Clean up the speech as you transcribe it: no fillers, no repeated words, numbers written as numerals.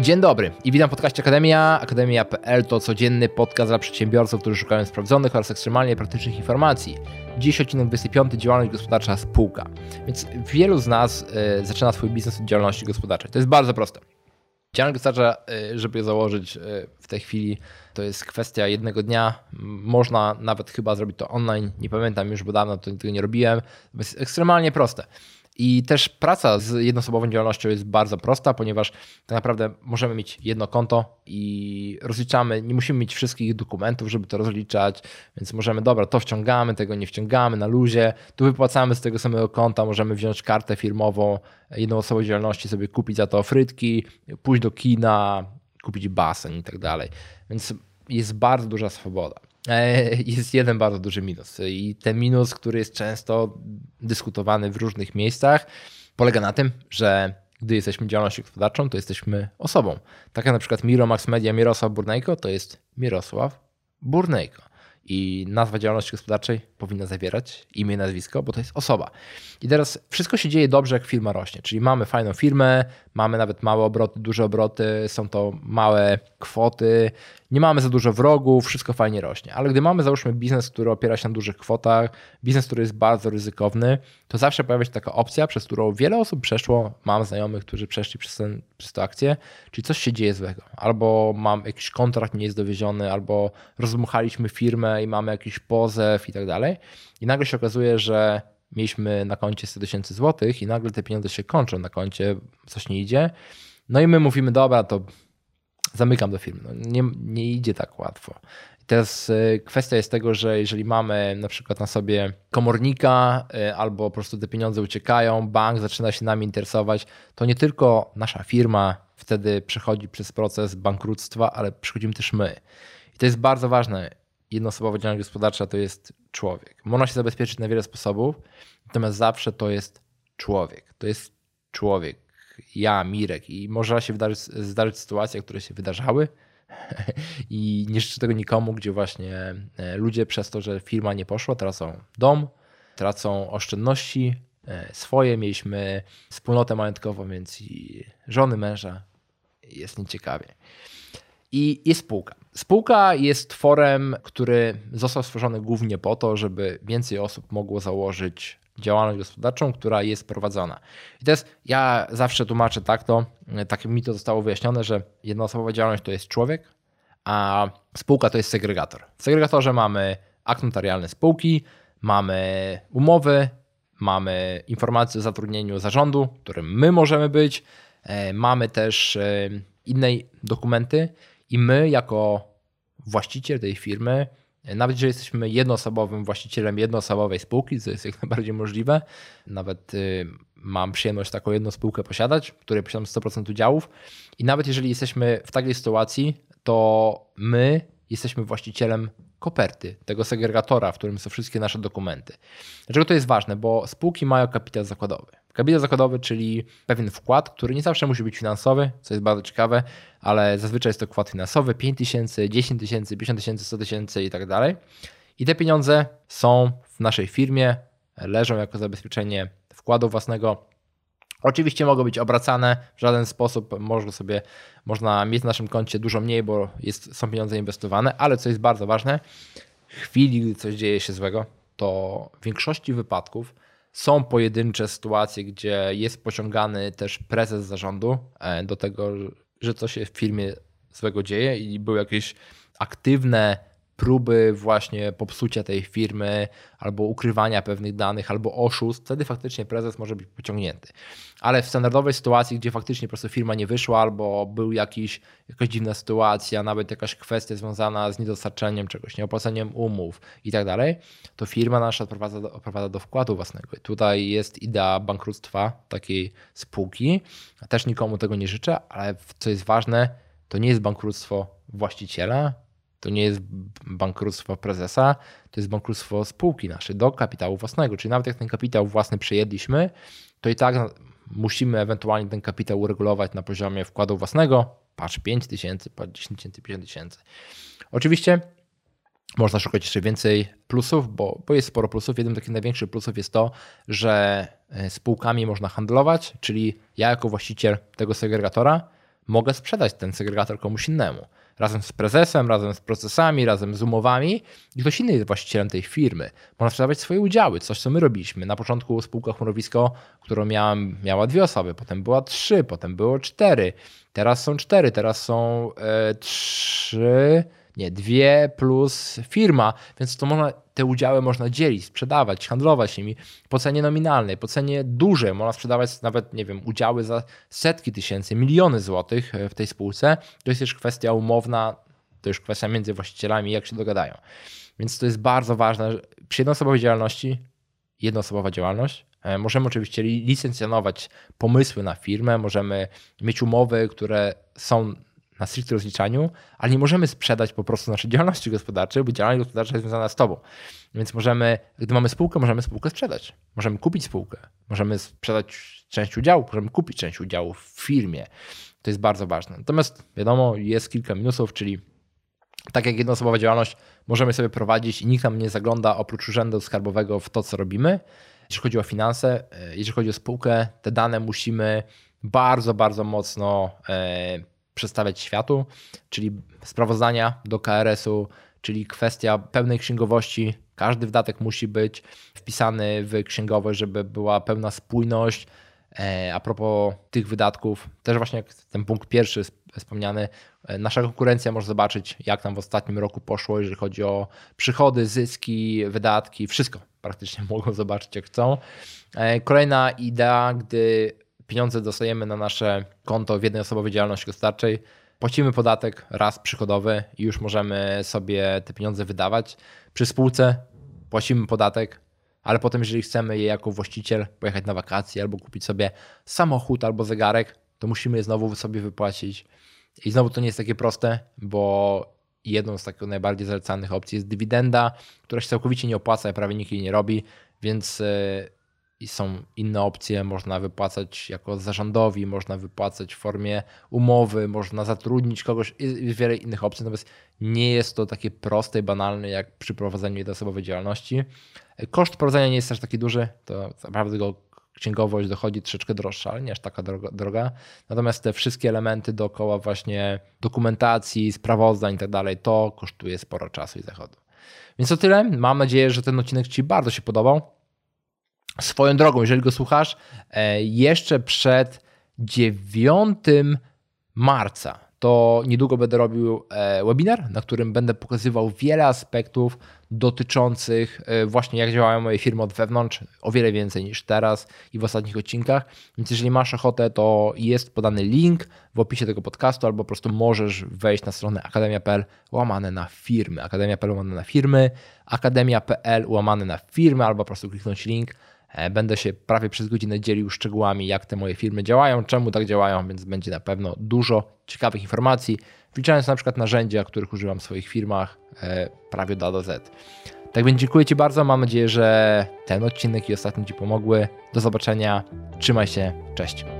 Dzień dobry i witam w podcaście Akademia. Akademia.pl to codzienny podcast dla przedsiębiorców, którzy szukają sprawdzonych oraz ekstremalnie praktycznych informacji. Dziś odcinek 25. Działalność gospodarcza spółka. Więc wielu z nas zaczyna swój biznes od działalności gospodarczej. To jest bardzo proste. Działalność gospodarcza, żeby je założyć w tej chwili, to jest kwestia jednego dnia. Można nawet chyba zrobić to online. Nie pamiętam już, bo dawno tego nie robiłem. To jest ekstremalnie proste. I też praca z jednoosobową działalnością jest bardzo prosta, ponieważ tak naprawdę możemy mieć jedno konto i rozliczamy, nie musimy mieć wszystkich dokumentów, żeby to rozliczać, więc możemy, dobra, to wciągamy, tego nie wciągamy na luzie, tu wypłacamy z tego samego konta, możemy wziąć kartę firmową jednoosobowej działalności, sobie kupić za to frytki, pójść do kina, kupić basen i tak dalej, więc jest bardzo duża swoboda. Jest jeden bardzo duży minus i ten minus, który jest często dyskutowany w różnych miejscach, polega na tym, że gdy jesteśmy działalnością gospodarczą, to jesteśmy osobą. Tak jak na przykład Miromax Media Mirosław Burnejko to jest Mirosław Burnejko i nazwa działalności gospodarczej powinna zawierać imię i nazwisko, bo to jest osoba. I teraz wszystko się dzieje dobrze, jak firma rośnie, czyli mamy fajną firmę, mamy nawet małe obroty, duże obroty, są to małe kwoty, nie mamy za dużo wrogów, wszystko fajnie rośnie. Ale gdy mamy, załóżmy, biznes, który opiera się na dużych kwotach, biznes, który jest bardzo ryzykowny, to zawsze pojawia się taka opcja, przez którą wiele osób przeszło, mam znajomych, którzy przeszli przez tę akcję, czyli coś się dzieje złego. Albo mam jakiś kontrakt nie jest dowieziony, albo rozdmuchaliśmy firmę i mamy jakiś pozew i tak dalej. I nagle się okazuje, że mieliśmy na koncie 100 000 złotych i nagle te pieniądze się kończą na koncie, coś nie idzie. No i my mówimy, dobra, to zamykam do firmy. No nie idzie tak łatwo. I teraz kwestia jest tego, że jeżeli mamy na przykład na sobie komornika albo po prostu te pieniądze uciekają, bank zaczyna się nami interesować, to nie tylko nasza firma wtedy przechodzi przez proces bankructwa, ale przechodzimy też my. I to jest bardzo ważne. Jednoosobowa działalność gospodarcza to jest człowiek. Można się zabezpieczyć na wiele sposobów, natomiast zawsze to jest człowiek. To jest człowiek. Ja, Mirek. I może się zdarzyć sytuacje, które się wydarzały i nie życzę tego nikomu, gdzie właśnie ludzie przez to, że firma nie poszła, tracą dom, tracą oszczędności swoje. Mieliśmy wspólnotę majątkową, więc i żony, męża, jest nieciekawie. I jest spółka. Spółka jest tworem, który został stworzony głównie po to, żeby więcej osób mogło założyć działalność gospodarczą, która jest prowadzona. I teraz ja zawsze tłumaczę tak mi to zostało wyjaśnione, że jednoosobowa działalność to jest człowiek, a spółka to jest segregator. W segregatorze mamy akt notarialny spółki, mamy umowy, mamy informacje o zatrudnieniu zarządu, którym my możemy być, mamy też inne dokumenty i my jako właściciel tej firmy, nawet jeżeli jesteśmy jednoosobowym właścicielem jednoosobowej spółki, co jest jak najbardziej możliwe, nawet mam przyjemność taką jedną spółkę posiadać, w której posiadam 100% udziałów i nawet jeżeli jesteśmy w takiej sytuacji, to my jesteśmy właścicielem koperty, tego segregatora, w którym są wszystkie nasze dokumenty. Dlaczego to jest ważne? Bo spółki mają kapitał zakładowy. Kapitał zakładowy, czyli pewien wkład, który nie zawsze musi być finansowy, co jest bardzo ciekawe, ale zazwyczaj jest to wkład finansowy 5 000, 10 000, 50 000, 100 000 i tak dalej. I te pieniądze są w naszej firmie, leżą jako zabezpieczenie wkładu własnego. Oczywiście mogą być obracane w żaden sposób, można mieć na naszym koncie dużo mniej, bo są pieniądze inwestowane, ale co jest bardzo ważne, w chwili, gdy coś dzieje się złego, to w większości wypadków są pojedyncze sytuacje, gdzie jest pociągany też prezes zarządu do tego, że coś się w firmie złego dzieje i były jakieś aktywne próby właśnie popsucia tej firmy albo ukrywania pewnych danych, albo oszustw, wtedy faktycznie prezes może być pociągnięty. Ale w standardowej sytuacji, gdzie faktycznie po prostu firma nie wyszła albo był jakaś dziwna sytuacja, nawet jakaś kwestia związana z niedostarczeniem czegoś, nieopłaceniem umów i tak dalej, to firma nasza odprowadza do wkładu własnego. I tutaj jest idea bankructwa takiej spółki. Też nikomu tego nie życzę, ale co jest ważne, to nie jest bankructwo właściciela, to nie jest bankructwo prezesa, to jest bankructwo spółki naszej do kapitału własnego. Czyli nawet jak ten kapitał własny przejedliśmy, to i tak musimy ewentualnie ten kapitał uregulować na poziomie wkładu własnego. Patrz 5 000, patrz 10 000, 50 000. Oczywiście można szukać jeszcze więcej plusów, bo jest sporo plusów. Jednym z takich największych plusów jest to, że spółkami można handlować, czyli ja jako właściciel tego segregatora mogę sprzedać ten segregator komuś innemu. Razem z prezesem, razem z procesami, razem z umowami i ktoś inny jest właścicielem tej firmy. Można sprzedawać swoje udziały, coś co my robiliśmy. Na początku spółka Chmurowisko, którą miała 2 osoby, potem była 3, potem było 4, teraz są 4, teraz są 2 plus firma, więc to te udziały można dzielić, sprzedawać, handlować nimi po cenie nominalnej, po cenie dużej. Można sprzedawać nawet, nie wiem, udziały za setki tysięcy, miliony złotych w tej spółce. To jest już kwestia umowna, to już kwestia między właścicielami, jak się dogadają. Więc to jest bardzo ważne. Przy jednoosobowa działalność, możemy oczywiście licencjonować pomysły na firmę, możemy mieć umowy, które są na stricte rozliczaniu, ale nie możemy sprzedać po prostu naszej działalności gospodarczej, bo działalność gospodarcza jest związana z tobą. Więc gdy mamy spółkę, możemy spółkę sprzedać. Możemy kupić spółkę, możemy sprzedać część udziałów, możemy kupić część udziałów w firmie. To jest bardzo ważne. Natomiast wiadomo, jest kilka minusów, czyli tak jak jednoosobowa działalność możemy sobie prowadzić i nikt nam nie zagląda oprócz urzędu skarbowego w to, co robimy. Jeśli chodzi o finanse, jeżeli chodzi o spółkę, te dane musimy bardzo, bardzo mocno przedstawiać światu, czyli sprawozdania do KRS-u, czyli kwestia pełnej księgowości. Każdy wydatek musi być wpisany w księgowość, żeby była pełna spójność. A propos tych wydatków, też właśnie jak ten punkt pierwszy wspomniany, nasza konkurencja może zobaczyć, jak nam w ostatnim roku poszło, jeżeli chodzi o przychody, zyski, wydatki, wszystko praktycznie mogą zobaczyć jak chcą. Kolejna idea, gdy pieniądze dostajemy na nasze konto w jednoosobowej działalności gospodarczej, płacimy podatek raz przychodowy i już możemy sobie te pieniądze wydawać. Przy spółce płacimy podatek, ale potem jeżeli chcemy je jako właściciel pojechać na wakacje albo kupić sobie samochód albo zegarek, to musimy je znowu sobie wypłacić. I znowu to nie jest takie proste, bo jedną z takich najbardziej zalecanych opcji jest dywidenda, która się całkowicie nie opłaca i prawie nikt jej nie robi, więc są inne opcje, można wypłacać jako zarządowi, można wypłacać w formie umowy, można zatrudnić kogoś, jest wiele innych opcji, natomiast nie jest to takie proste i banalne jak przy prowadzeniu jednoosobowej działalności. Koszt prowadzenia nie jest też taki duży, to naprawdę księgowość dochodzi troszeczkę droższa, ale nie aż taka droga. Natomiast te wszystkie elementy dookoła właśnie dokumentacji, sprawozdań i tak dalej, to kosztuje sporo czasu i zachodu. Więc to tyle. Mam nadzieję, że ten odcinek Ci bardzo się podobał. Swoją drogą, jeżeli go słuchasz, jeszcze przed 9 marca, to niedługo będę robił webinar, na którym będę pokazywał wiele aspektów dotyczących właśnie jak działają moje firmy od wewnątrz, o wiele więcej niż teraz i w ostatnich odcinkach. Więc jeżeli masz ochotę, to jest podany link w opisie tego podcastu, albo po prostu możesz wejść na stronę akademia.pl/firmy, akademia.pl/firmy, akademia.pl/firmy, albo po prostu kliknąć link. Będę się prawie przez godzinę dzielił szczegółami, jak te moje firmy działają, czemu tak działają, więc będzie na pewno dużo ciekawych informacji, wliczając na przykład narzędzia, których używam w swoich firmach, prawie od A do Z. Tak więc dziękuję Ci bardzo, mam nadzieję, że ten odcinek i ostatni Ci pomogły. Do zobaczenia, trzymaj się, cześć.